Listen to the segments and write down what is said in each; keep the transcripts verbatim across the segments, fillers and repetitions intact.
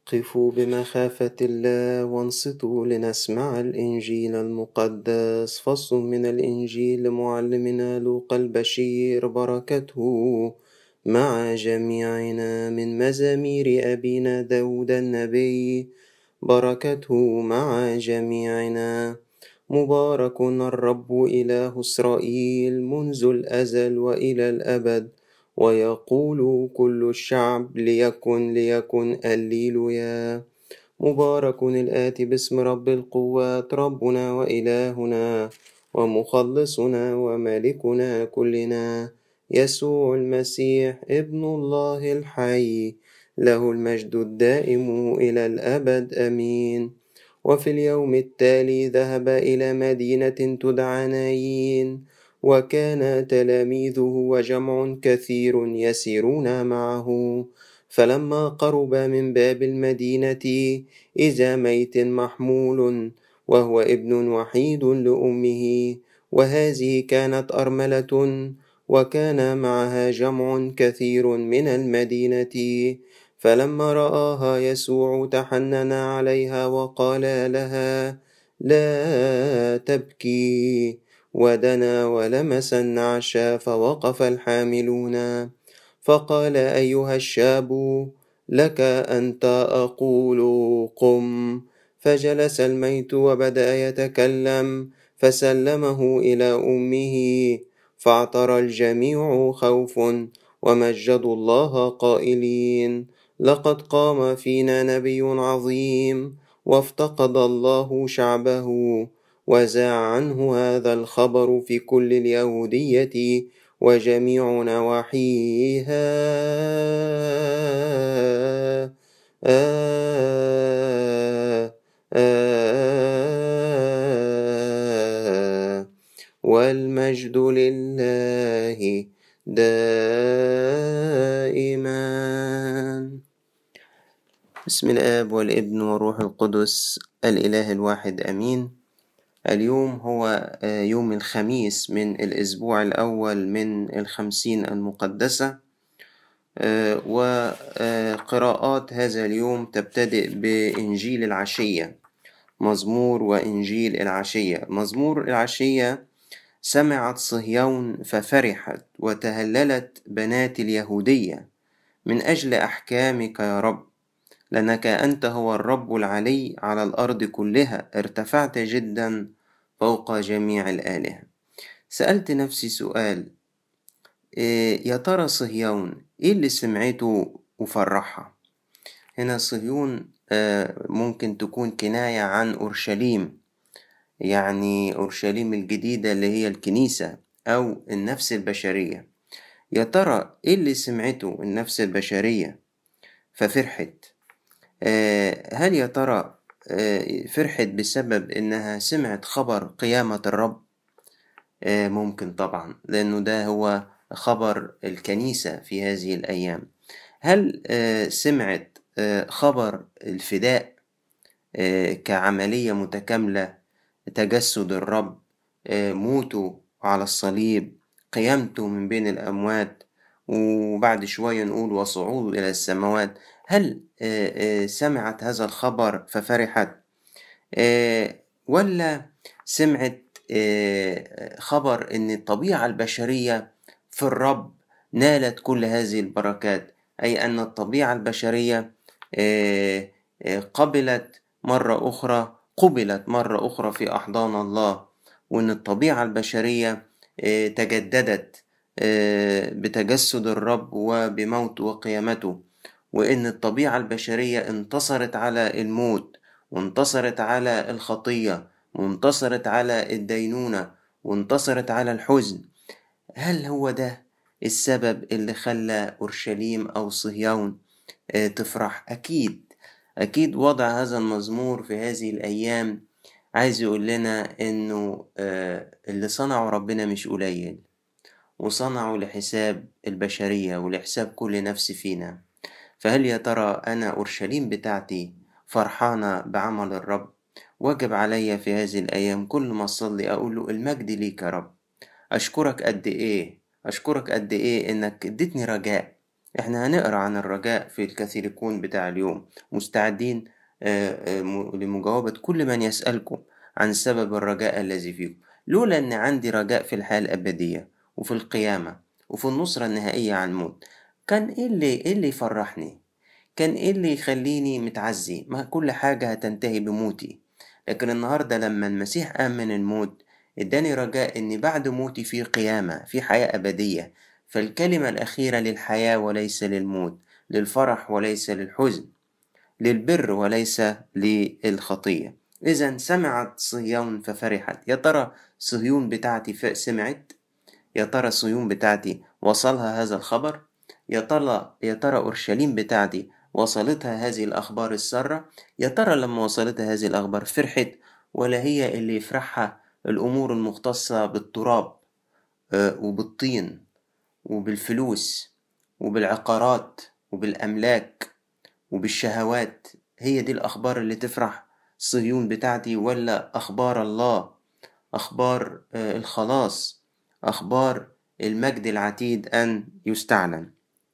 قفوا بمخافة الله وانصتوا لنسمع الإنجيل المقدس. فصل من الإنجيل لمعلمنا لوقا البشير، بركته مع جميعنا. من مزامير أبينا داود النبي، بركته مع جميعنا. مبارك الرب إله إسرائيل منذ الأزل وإلى الأبد. ويقول كل الشعب ليكن ليكن هللويا. مبارك الآتي باسم رب القوات، ربنا وإلهنا ومخلصنا ومالكنا كلنا، يسوع المسيح ابن الله الحي، له المجد الدائم إلى الأبد آمين. وفي اليوم التالي ذهب إلى مدينة تدعى نايين، وكان تلاميذه وجمع كثير يسيرون معه. فلما قرب من باب المدينة إذا ميت محمول، وهو ابن وحيد لأمه، وهذه كانت أرملة، وكان معها جمع كثير من المدينة. فلما رآها يسوع تحنن عليها وقال لها: لا تبكي. ودنا ولمس النعش، فوقف الحاملون، فقال: أيها الشاب، لك أنت أقول قم. فجلس الميت وبدأ يتكلم، فسلمه إلى أمه. فاعترى الجميع خوف ومجدوا الله قائلين: لقد قام فينا نبي عظيم، وافتقد الله شعبه. وذاع عنه هذا الخبر في كل اليهودية وجميع نواحيها. آه آه والمجد لله دائما. بسم الآب والابن والروح القدس الإله الواحد آمين. اليوم هو يوم الخميس من الأسبوع الأول من الخمسين المقدسة، وقراءات هذا اليوم تبتدئ بإنجيل العشية، مزمور وإنجيل العشية. مزمور العشية: سمعت صهيون ففرحت، وتهللت بنات اليهودية من أجل أحكامك يا رب، لأنك أنت هو الرب العلي على الأرض كلها، ارتفعت جدا فوق جميع الآلهة. سألت نفسي سؤال: إيه يا ترى صهيون إيه اللي سمعته وفرحها؟ هنا صهيون آه ممكن تكون كناية عن أورشليم، يعني أورشليم الجديدة اللي هي الكنيسة أو النفس البشرية. يا ترى إيه اللي سمعته النفس البشرية ففرحت؟ آه هل يا ترى آه فرحت بسبب إنها سمعت خبر قيامة الرب؟ آه ممكن طبعا، لأنه ده هو خبر الكنيسة في هذه الأيام. هل آه سمعت آه خبر الفداء آه كعملية متكاملة، تجسد الرب، آه موته على الصليب، قيامته من بين الأموات، وبعد شوية نقول وصعوده إلى السماوات؟ هل آه آه سمعت هذا الخبر ففرحت، آه ولا سمعت آه خبر أن الطبيعة البشرية في الرب نالت كل هذه البركات، أي أن الطبيعة البشرية آه آه قبلت مرة أخرى قبلت مرة أخرى في أحضان الله، وأن الطبيعة البشرية آه تجددت آه بتجسد الرب وبموت وقيامته، وأن الطبيعة البشرية انتصرت على الموت، وانتصرت على الخطية، وانتصرت على الدينونة، وانتصرت على الحزن. هل هو ده السبب اللي خلى أورشليم أو صهيون تفرح؟ أكيد أكيد. وضع هذا المزمور في هذه الأيام عايز يقول لنا إنه اللي صنعه ربنا مش قليل، وصنعه لحساب البشرية ولحساب كل نفس فينا. فهل يا ترى أنا أورشليم بتاعتي فرحانة بعمل الرب؟ واجب عليا في هذه الأيام كل ما أصلي أقول له: المجد ليك يا رب، أشكرك قد إيه أشكرك قد إيه إنك اديتني رجاء، احنا هنقرأ عن الرجاء في الكاثوليكون بتاع اليوم، مستعدين آه، آه، م- لمجاوبة كل من يسألكم عن سبب الرجاء الذي فيكم. لولا أن عندي رجاء في الحياة الأبدية وفي القيامة وفي النصرة النهائية عن الموت، كان إيه اللي, إيه اللي يفرحني؟ كان إيه اللي يخليني متعزي؟ ما كل حاجة هتنتهي بموتي. لكن النهاردة لما المسيح قام من الموت، اداني رجاء إن بعد موتي في قيامة، في حياة أبدية. فالكلمة الأخيرة للحياة وليس للموت، للفرح وليس للحزن، للبر وليس للخطية. إذا سمعت صهيون ففرحت. يا ترى صهيون بتاعتي ف- سمعت؟ يا ترى صهيون بتاعتي وصلها هذا الخبر؟ يا ترى يا ترى أورشليم بتاعتي وصلتها هذه الأخبار السارة؟ يا ترى لما وصلتها هذه الأخبار فرحت، ولا هي اللي يفرحها الأمور المختصة بالتراب آه، وبالطين وبالفلوس وبالعقارات وبالأملاك وبالشهوات؟ هي دي الأخبار اللي تفرح صهيون بتاعتي، ولا أخبار الله، أخبار آه، الخلاص، أخبار المجد العتيد أن يستعلن؟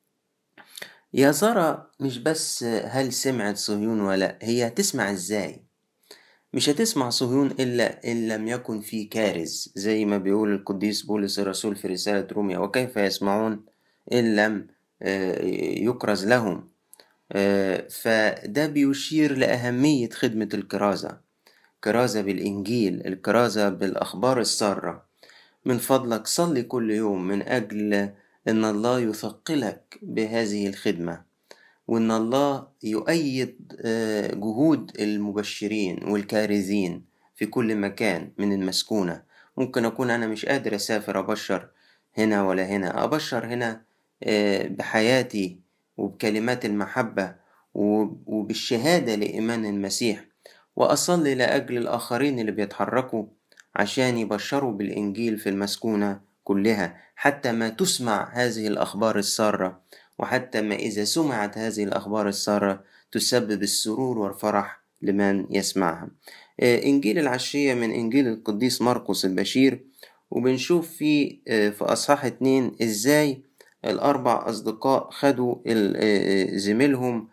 يا ترى مش بس هل سمعت صهيون ولا، هي هتسمع ازاي؟ مش هتسمع صهيون إلا إن لم يكن في كارز، زي ما بيقول القديس بولس الرسول في رسالة روميا: وكيف يسمعون إن لم آه، يكرز لهم. آه، فده بيشير لأهمية خدمة الكرازة، كرازة بالإنجيل، الكرازة بالأخبار السارة. من فضلك صلي كل يوم من أجل أن الله يثقلك بهذه الخدمة، وإن الله يؤيد آه، جهود المبشرين والكارزين في كل مكان من المسكونة. ممكن أكون أنا مش قادر أسافر أبشر هنا ولا هنا، أبشر هنا آه، بحياتي وبكلمات المحبة وبالشهادة لإيمان المسيح، وأصلي لأجل الآخرين اللي بيتحركوا عشان يبشروا بالإنجيل في المسكونة كلها، حتى ما تسمع هذه الأخبار السارة، وحتى ما إذا سمعت هذه الأخبار السارة تسبب السرور والفرح لمن يسمعها. آه، إنجيل العشية من إنجيل القديس مرقس البشير، وبنشوف فيه آه، في أصحاح اتنين إزاي الأربع أصدقاء خدوا ال- آه، زميلهم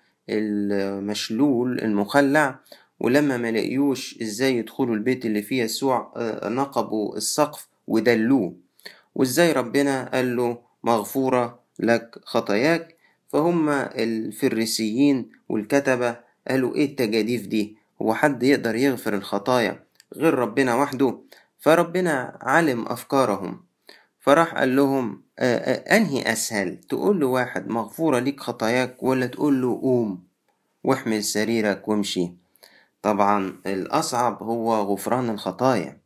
المشلول المخلع، ولما ما لقيوش إزاي يدخلوا البيت اللي فيه يسوع آه، نقبوا السقف ودلوه، وإزاي ربنا قال له مغفورة لك خطاياك. فهم الفريسيين والكتبة قالوا إيه التجاديف دي؟ هو حد يقدر يغفر الخطايا غير ربنا وحده؟ فربنا علم أفكارهم، فراح قال لهم آه، آه، أنهي أسهل، تقول له واحد مغفورة ليك خطاياك، ولا تقول له قوم واحمل سريرك وامشي؟ طبعا الأصعب هو غفران الخطايا،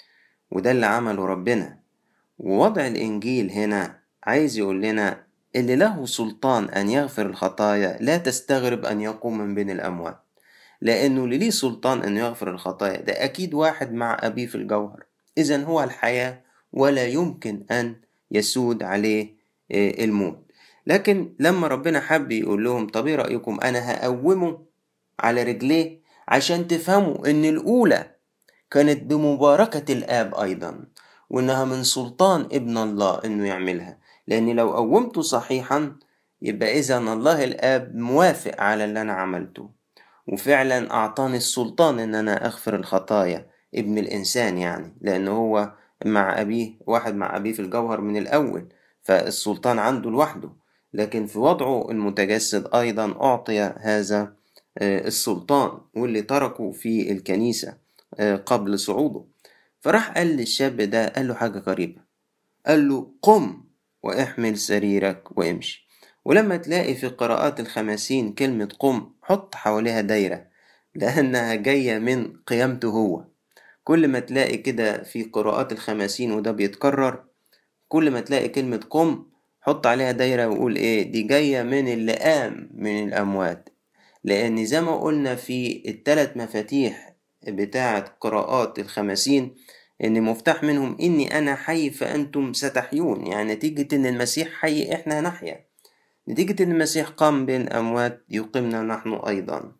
وده اللي عمله ربنا. ووضع الإنجيل هنا عايز يقول لنا اللي له سلطان أن يغفر الخطايا لا تستغرب أن يقوم من بين الأموات، لأنه اللي ليه سلطان أن يغفر الخطايا ده أكيد واحد مع أبيه في الجوهر، إذن هو الحياة ولا يمكن أن يسود عليه آه، الموت. لكن لما ربنا حب يقول لهم طب إيه رأيكم أنا هقومه على رجليه، عشان تفهموا إن الأولى كانت بمباركة الآب أيضا، وإنها من سلطان ابن الله إنه يعملها. لأن لو قومته صحيحا يبقى إذن الله الآب موافق على اللي أنا عملته، وفعلا أعطاني السلطان إن أنا أغفر الخطايا، ابن الإنسان يعني، لأنه هو مع أبيه، واحد مع أبيه في الجوهر من الأول، فالسلطان عنده لوحده. لكن في وضعه المتجسد أيضا أعطي هذا آه، السلطان، واللي تركه في الكنيسة آه، قبل صعوده. فراح قال للشاب ده، قال له حاجة غريبة، قال له قم واحمل سريرك وامشي. ولما تلاقي في قراءات الخمسين كلمة قم حط حواليها دايرة، لأنها جاية من قيامته هو. كل ما تلاقي كده في قراءات الخمسين وده بيتكرر، كل ما تلاقي كلمة قم حط عليها دايرة وقول ايه دي جاية من اللي قام من الأموات. لأن زي ما قلنا في التلات مفاتيح بتاعة قراءات الخمسين، إن مفتاح منهم إني أنا حي فأنتم ستحيون، يعني نتيجة إن المسيح حي إحنا نحيا، نتيجة إن المسيح قام بين الأموات يقيمنا نحن أيضا.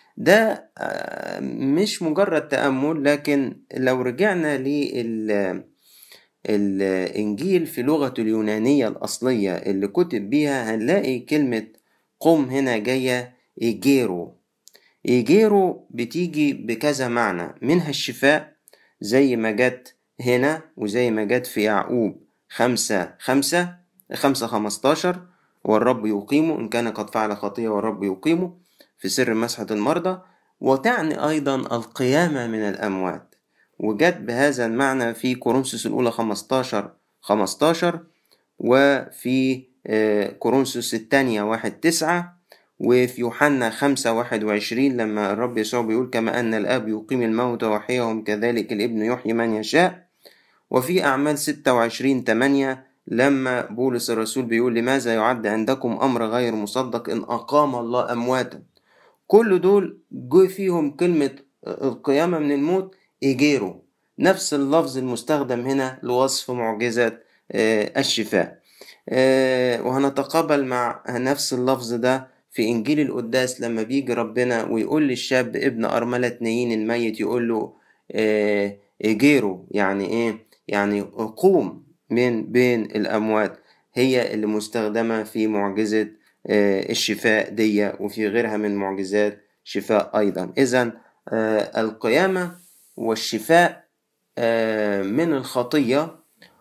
ده آه، مش مجرد تأمل، لكن لو رجعنا الإنجيل في لغته اليونانية الأصلية اللي كتب بيها هنلاقي كلمة قم هنا جاية إيجيرو. إيجيرو بتيجي بكذا معنى، منها الشفاء زي ما جت هنا وزي ما جت في يعقوب خمسة خمسة خمسة خمستاشر، والرب يقيمه إن كان قد فعل خطية والرب يقيمه في سر مسحة المرضى، وتعني أيضا القيامة من الأموات، وجت بهذا المعنى في كورنثوس الأولى خمستاشر خمستاشر، وفي كورنثوس الثانية واحد تسعة، وفي يوحنا خمسة واحد وعشرين لما الرب يسوع بيقول كما أن الآب يقيم الموتى ويحييهم كذلك الابن يحيي من يشاء، وفي أعمال ستة وعشرين ثمانية لما بولس الرسول بيقول لماذا يعد عندكم أمر غير مصدق إن أقام الله أمواتا. كل دول جو فيهم كلمة القيامة من الموت إيجيرو، نفس اللفظ المستخدم هنا لوصف معجزة الشفاء. وهنتقابل مع نفس اللفظ ده في إنجيل القداس لما بيجي ربنا ويقول للشاب ابن أرملة نايين الميت، يقول له إيجيرو، يعني إيه؟ يعني قوم من بين الأموات، هي اللي مستخدمة في معجزة الشفاء دي وفي غيرها من معجزات شفاء أيضا. إذن القيامة والشفاء من الخطية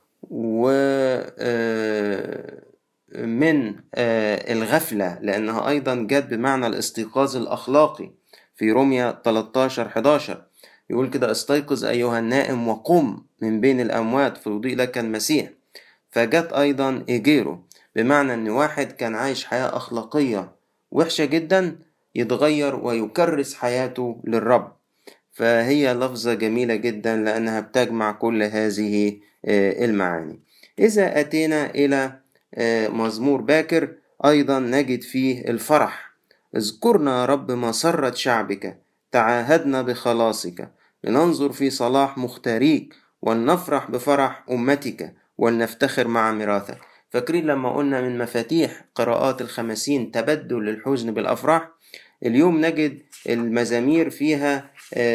ومن الغفلة، لأنها أيضا جت بمعنى الاستيقاظ الأخلاقي في روميا ثلاثة عشر إحداشر، يقول كده استيقظ أيها النائم وقم من بين الأموات فيضيء لك المسيح. فجت أيضا إيجيرو بمعنى أن واحد كان عايش حياة أخلاقية وحشة جدا يتغير ويكرس حياته للرب. فهي لفظة جميلة جدا لأنها بتجمع كل هذه المعاني. إذا أتينا إلى مزمور باكر أيضا نجد فيه الفرح. اذكرنا يا رب مسرة شعبك، تعاهدنا بخلاصك، لننظر في صلاح مختاريك ولنفرح بفرح أمتك ولنفتخر مع ميراثك. فاكرين لما قلنا من مفاتيح قراءات الخمسين تبدل الحزن بالأفراح؟ اليوم نجد المزامير فيها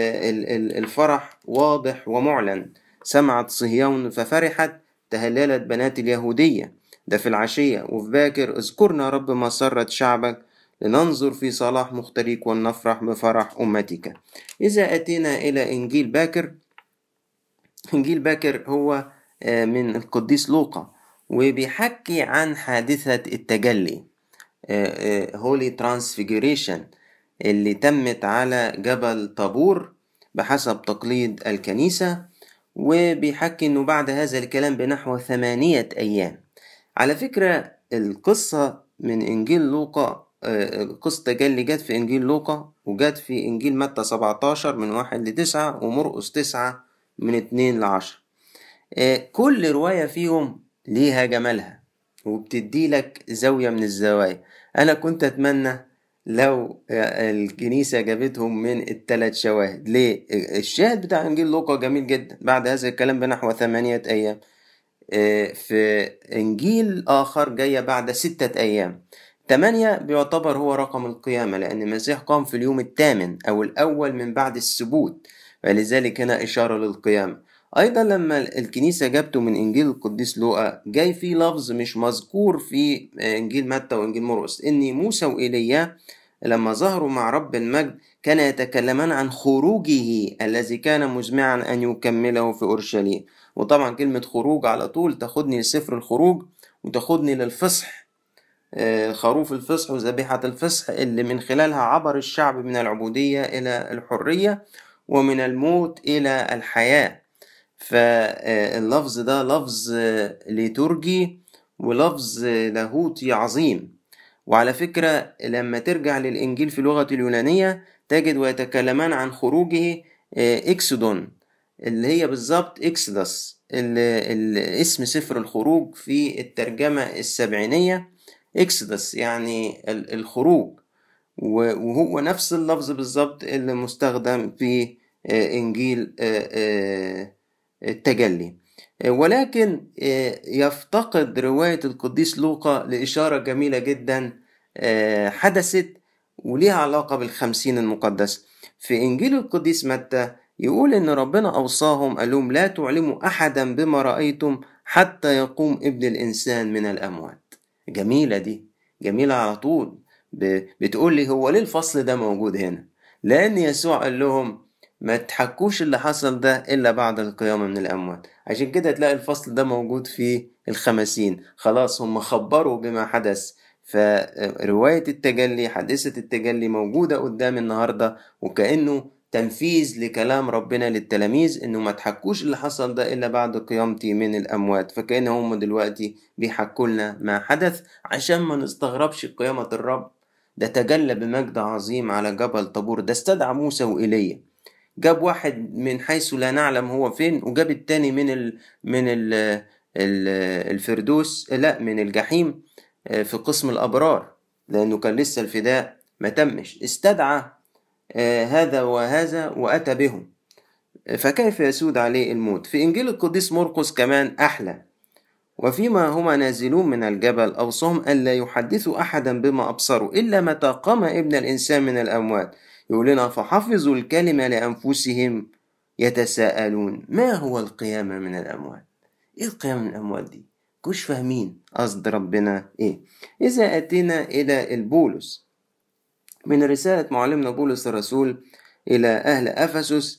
الفرح واضح ومعلن. سمعت صهيون ففرحت، تهللت بنات اليهودية، ده في العشية. وفي باكر اذكرنا رب مسرة شعبك، لننظر في صلاح مختاريك ولنفرح بفرح أمتك. إذا أتينا إلى إنجيل باكر، إنجيل باكر هو من القديس لوقا وبيحكي عن حادثة التجلي Holy Transfiguration اللي تمت على جبل طابور بحسب تقليد الكنيسة، وبيحكي انه بعد هذا الكلام بنحو ثمانية ايام. على فكرة القصة من انجيل لوقا، قصة تجلي جت في انجيل لوقا وجت في انجيل متى سبعتاشر من واحد لتسعة ومرقس تسعة من اتنين لعشرة. كل رواية فيهم ليها جمالها وبتدي لك زاوية من الزوايا. انا كنت اتمنى لو الكنيسة جابتهم من الثلاث شواهد. ليه؟ الشاهد بتاع انجيل لوقا جميل جدا، بعد هذا الكلام بنحو ثمانية ايام. في انجيل اخر جاية بعد ستة ايام. ثمانية بيعتبر هو رقم القيامة لان المسيح قام في اليوم الثامن او الاول من بعد السبوت، فلذلك هنا اشارة للقيامة. ايضا لما الكنيسة جابته من انجيل القديس لوقا جاي فيه لفظ مش مذكور في انجيل متى وانجيل مرقس، ان موسى وإيليا لما ظهروا مع رب المجد كان يتكلمان عن خروجه الذي كان مزمعا ان يكمله في اورشليم. وطبعا كلمة خروج على طول تاخدني لسفر الخروج وتاخدني للفصح، خروف الفصح وذبيحة الفصح اللي من خلالها عبر الشعب من العبودية الى الحرية ومن الموت الى الحياة. فاللفظ ده لفظ ليتورجي ولفظ لاهوتي عظيم. وعلى فكرة لما ترجع للإنجيل في اللغة اليونانية تجد ويتكلمان عن خروجه إكسودون اللي هي بالضبط إكسدس، اسم سفر الخروج في الترجمة السبعينية إكسدس يعني الخروج، وهو نفس اللفظ بالضبط اللي مستخدم في إنجيل التجلي. ولكن يفتقد رواية القديس لوقا لإشارة جميلة جدا حدثت وليها علاقة بالخمسين المقدس. في إنجيل القديس متى يقول إن ربنا أوصاهم، قال لهم لا تعلموا أحدا بما رأيتم حتى يقوم ابن الإنسان من الأموات. جميلة دي، جميلة على طول. بتقول لي هو ليه الفصل ده موجود هنا؟ لأن يسوع قال لهم ما تحكوش اللي حصل ده إلا بعد القيامة من الأموات. عشان كده تلاقي الفصل ده موجود في الخمسين. خلاص هم خبروا بما حدث، فرواية التجلي، حادثة التجلي موجودة قدام النهاردة، وكأنه تنفيذ لكلام ربنا للتلاميذ إنه ما تحكوش اللي حصل ده إلا بعد قيامتي من الأموات. فكأن هم دلوقتي بيحكوا لنا ما حدث عشان ما نستغربش قيامة الرب. ده تجلى بمجد عظيم على جبل طابور، ده استدعى موسى وإيليا، جاب واحد من حيث لا نعلم هو فين، وجاب التاني من ال من ال الفردوس، لا من الجحيم في قسم الأبرار، لأنه كان لسه الفداء ما تمش. استدعى هذا وهذا وأتى بهم، فكيف يسود عليه الموت؟ في إنجيل القديس مرقس كمان أحلى. وفيما هما نازلون من الجبل أوصاهم ألا يحدثوا أحدا بما أبصروا إلا متى قام ابن الإنسان من الأموات. يقول لنا فحفظوا الكلمة لأنفسهم يتساءلون ما هو القيامة من الأموات؟ إيه القيامة من الأموات دي؟ كوش فاهمين قصد ربنا إيه. إذا أتينا إلى البولس من رسالة معلمنا بولس الرسول إلى أهل أفسس،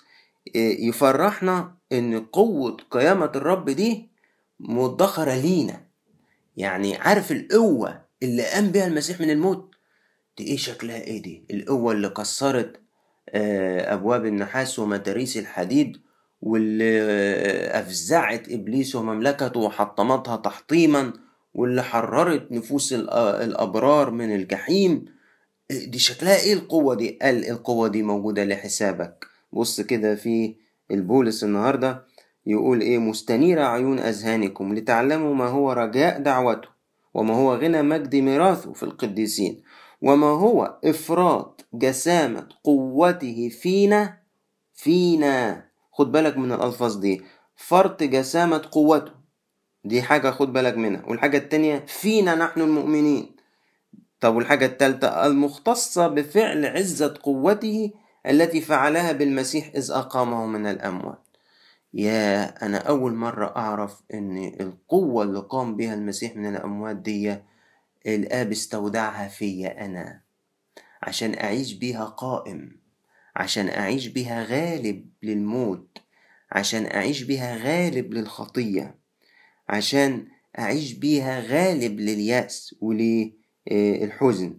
يفرحنا إن قوة قيامة الرب دي مدخرة لينا. يعني عارف القوة اللي قام بها المسيح من الموت دي ايه شكلها؟ ايه دي القوة اللي كسرت ابواب النحاس ومتاريس الحديد، واللي افزعت ابليس ومملكته وحطمتها تحطيما، واللي حررت نفوس الابرار من الجحيم. دي شكلها ايه القوة دي؟ قال القوة دي موجودة لحسابك. بص كده في البولس النهاردة يقول ايه: مستنير عيون اذهانكم لتعلموا ما هو رجاء دعوته، وما هو غنى مجد ميراثه في القديسين، وما هو افراط جسامة قوته فينا. فينا، خد بالك من الالفاظ دي، فرط جسامة قوته دي حاجة خد بالك منها، والحاجة التانية فينا نحن المؤمنين. طب والحاجة التالتة المختصة بفعل عزة قوته التي فعلها بالمسيح إذ أقامه من الأموات. يا أنا أول مرة أعرف إن القوة اللي قام بها المسيح من الأموات دي الآب استودعها فيا أنا عشان أعيش بيها قائم، عشان أعيش بيها غالب للموت، عشان أعيش بيها غالب للخطية، عشان أعيش بيها غالب لليأس وللحزن.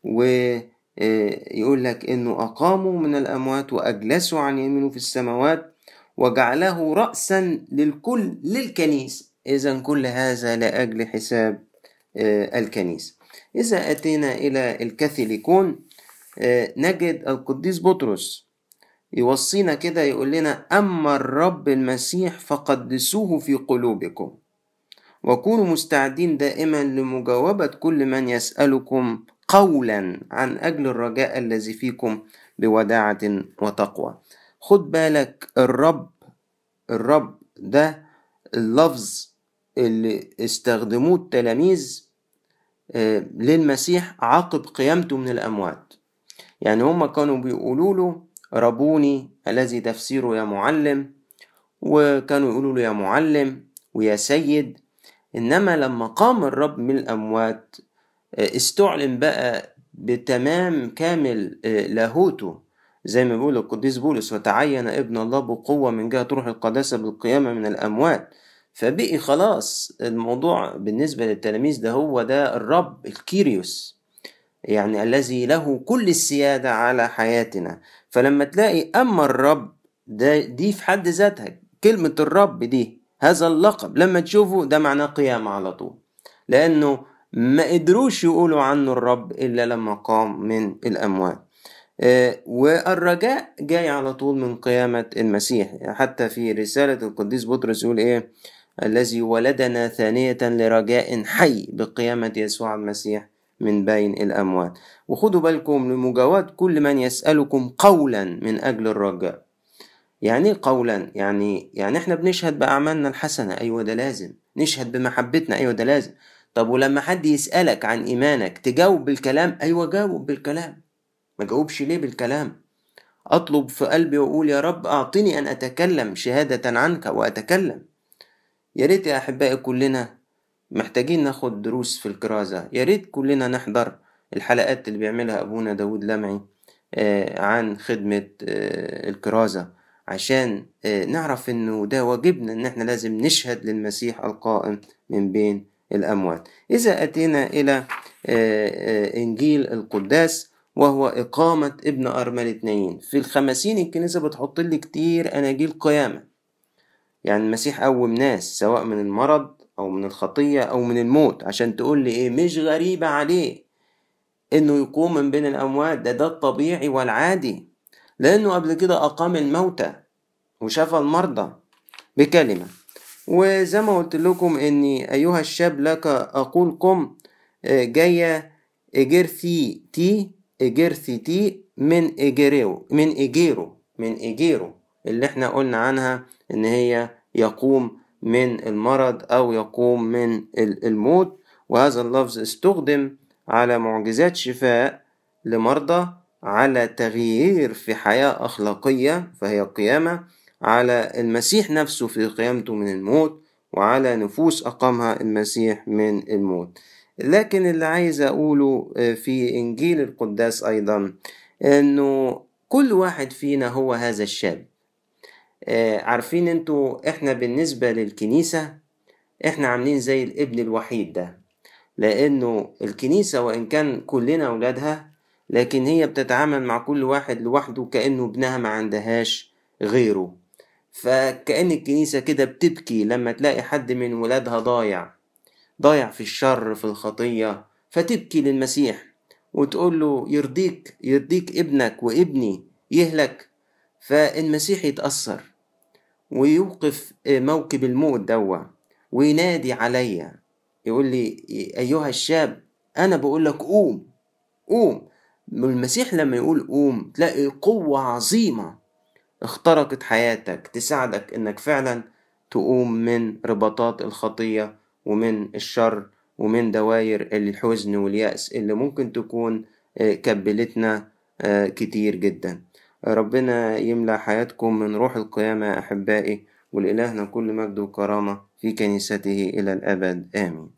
ويقول لك إنه أقاموا من الأموات وأجلسوا عن يمينه في السماوات وجعله رأسا للكل للكنيسة. إذن كل هذا لأجل حساب الكنيسة. إذا أتينا إلى الكاثوليكون نجد القديس بطرس يوصينا كده، يقول لنا أما الرب المسيح فقدسوه في قلوبكم وكونوا مستعدين دائما لمجاوبة كل من يسألكم قولا عن أجل الرجاء الذي فيكم بوداعة وتقوى. خد بالك، الرب الرب ده اللفظ اللي استخدموه التلاميذ للمسيح عقب قيامته من الأموات. يعني هم كانوا بيقولوا له ربوني الذي تفسيره يا معلم، وكانوا يقولوا له يا معلم ويا سيد. إنما لما قام الرب من الأموات استعلن بقى بتمام كامل لاهوته، زي ما بيقول القديس بولس وتعين ابن الله بقوة من جهة روح القداسة بالقيامة من الأموات. فبقي خلاص الموضوع بالنسبة للتلاميذ ده هو ده الرب الكيريوس، يعني الذي له كل السيادة على حياتنا. فلما تلاقي أما الرب ده دي في حد ذاتها كلمة الرب دي، هذا اللقب لما تشوفه ده معناه قيامة على طول، لأنه ما قدروش يقولوا عنه الرب إلا لما قام من الأموات. آه والرجاء جاي على طول من قيامة المسيح. حتى في رسالة القديس بطرس يقول إيه: الذي ولدنا ثانية لرجاء حي بقيامة يسوع المسيح من بين الأموات. وخدوا بالكم لمجاوبة كل من يسألكم قولا من أجل الرجاء. يعني قولا يعني يعني احنا بنشهد بأعمالنا الحسنة، أيوة ده لازم نشهد بمحبتنا، أيوة ده لازم. طب ولما حد يسألك عن إيمانك تجاوب بالكلام، أيوة جاوب بالكلام. ما جاوبش ليه بالكلام؟ أطلب في قلبي وأقول يا رب أعطني أن أتكلم شهادة عنك وأتكلم. يا ريت يا أحبائي كلنا محتاجين ناخد دروس في الكرازة. يا ريت كلنا نحضر الحلقات اللي بيعملها أبونا داود لمعي عن خدمة الكرازة، عشان نعرف إنه ده واجبنا، إن إحنا لازم نشهد للمسيح القائم من بين الأموات. إذا أتينا إلى إنجيل القداس وهو إقامة ابن أرملة نايين، في الخمسين الكنيسة بتحط لي كتير أناجيل قيامة، يعني المسيح قوم ناس سواء من المرض أو من الخطية أو من الموت، عشان تقول لي إيه مش غريبة عليه إنه يقوم من بين الأموات، ده ده الطبيعي والعادي، لأنه قبل كده أقام الموتى وشفى المرضى بكلمة. وزي ما قلت لكم إني أيها الشاب لك أقول قم، جاية إجرثي تي إجرثي تي من إجيرو من إجيرو من إجيرو اللي احنا قلنا عنها إن هي يقوم من المرض أو يقوم من الموت. وهذا اللفظ استخدم على معجزات شفاء لمرضى، على تغيير في حياة أخلاقية فهي قيامة، على المسيح نفسه في قيامته من الموت، وعلى نفوس أقامها المسيح من الموت. لكن اللي عايز أقوله في إنجيل القداس أيضا أنه كل واحد فينا هو هذا الشاب. عارفين أنتوا إحنا بالنسبة للكنيسة إحنا عاملين زي الابن الوحيد ده، لأنه الكنيسة وإن كان كلنا أولادها لكن هي بتتعامل مع كل واحد لوحده كأنه ابنها ما عندهاش غيره. فكأن الكنيسة كده بتبكي لما تلاقي حد من ولادها ضايع ضايع في الشر في الخطية، فتبكي للمسيح وتقول له يرضيك يرضيك ابنك وابني يهلك. فالمسيح يتأثر ويوقف موكب الموت دوا وينادي عليا يقول لي أيها الشاب أنا بقول لك قوم قوم. المسيح لما يقول قوم تلاقي قوة عظيمة اخترقت حياتك تساعدك انك فعلا تقوم من رباطات الخطية ومن الشر ومن دوائر الحزن واليأس اللي ممكن تكون كبلتنا كتير جدا. ربنا يملأ حياتكم من روح القيامة يا أحبائي، ولإلهنا كل مجد وكرامة في كنيسته إلى الأبد آمين.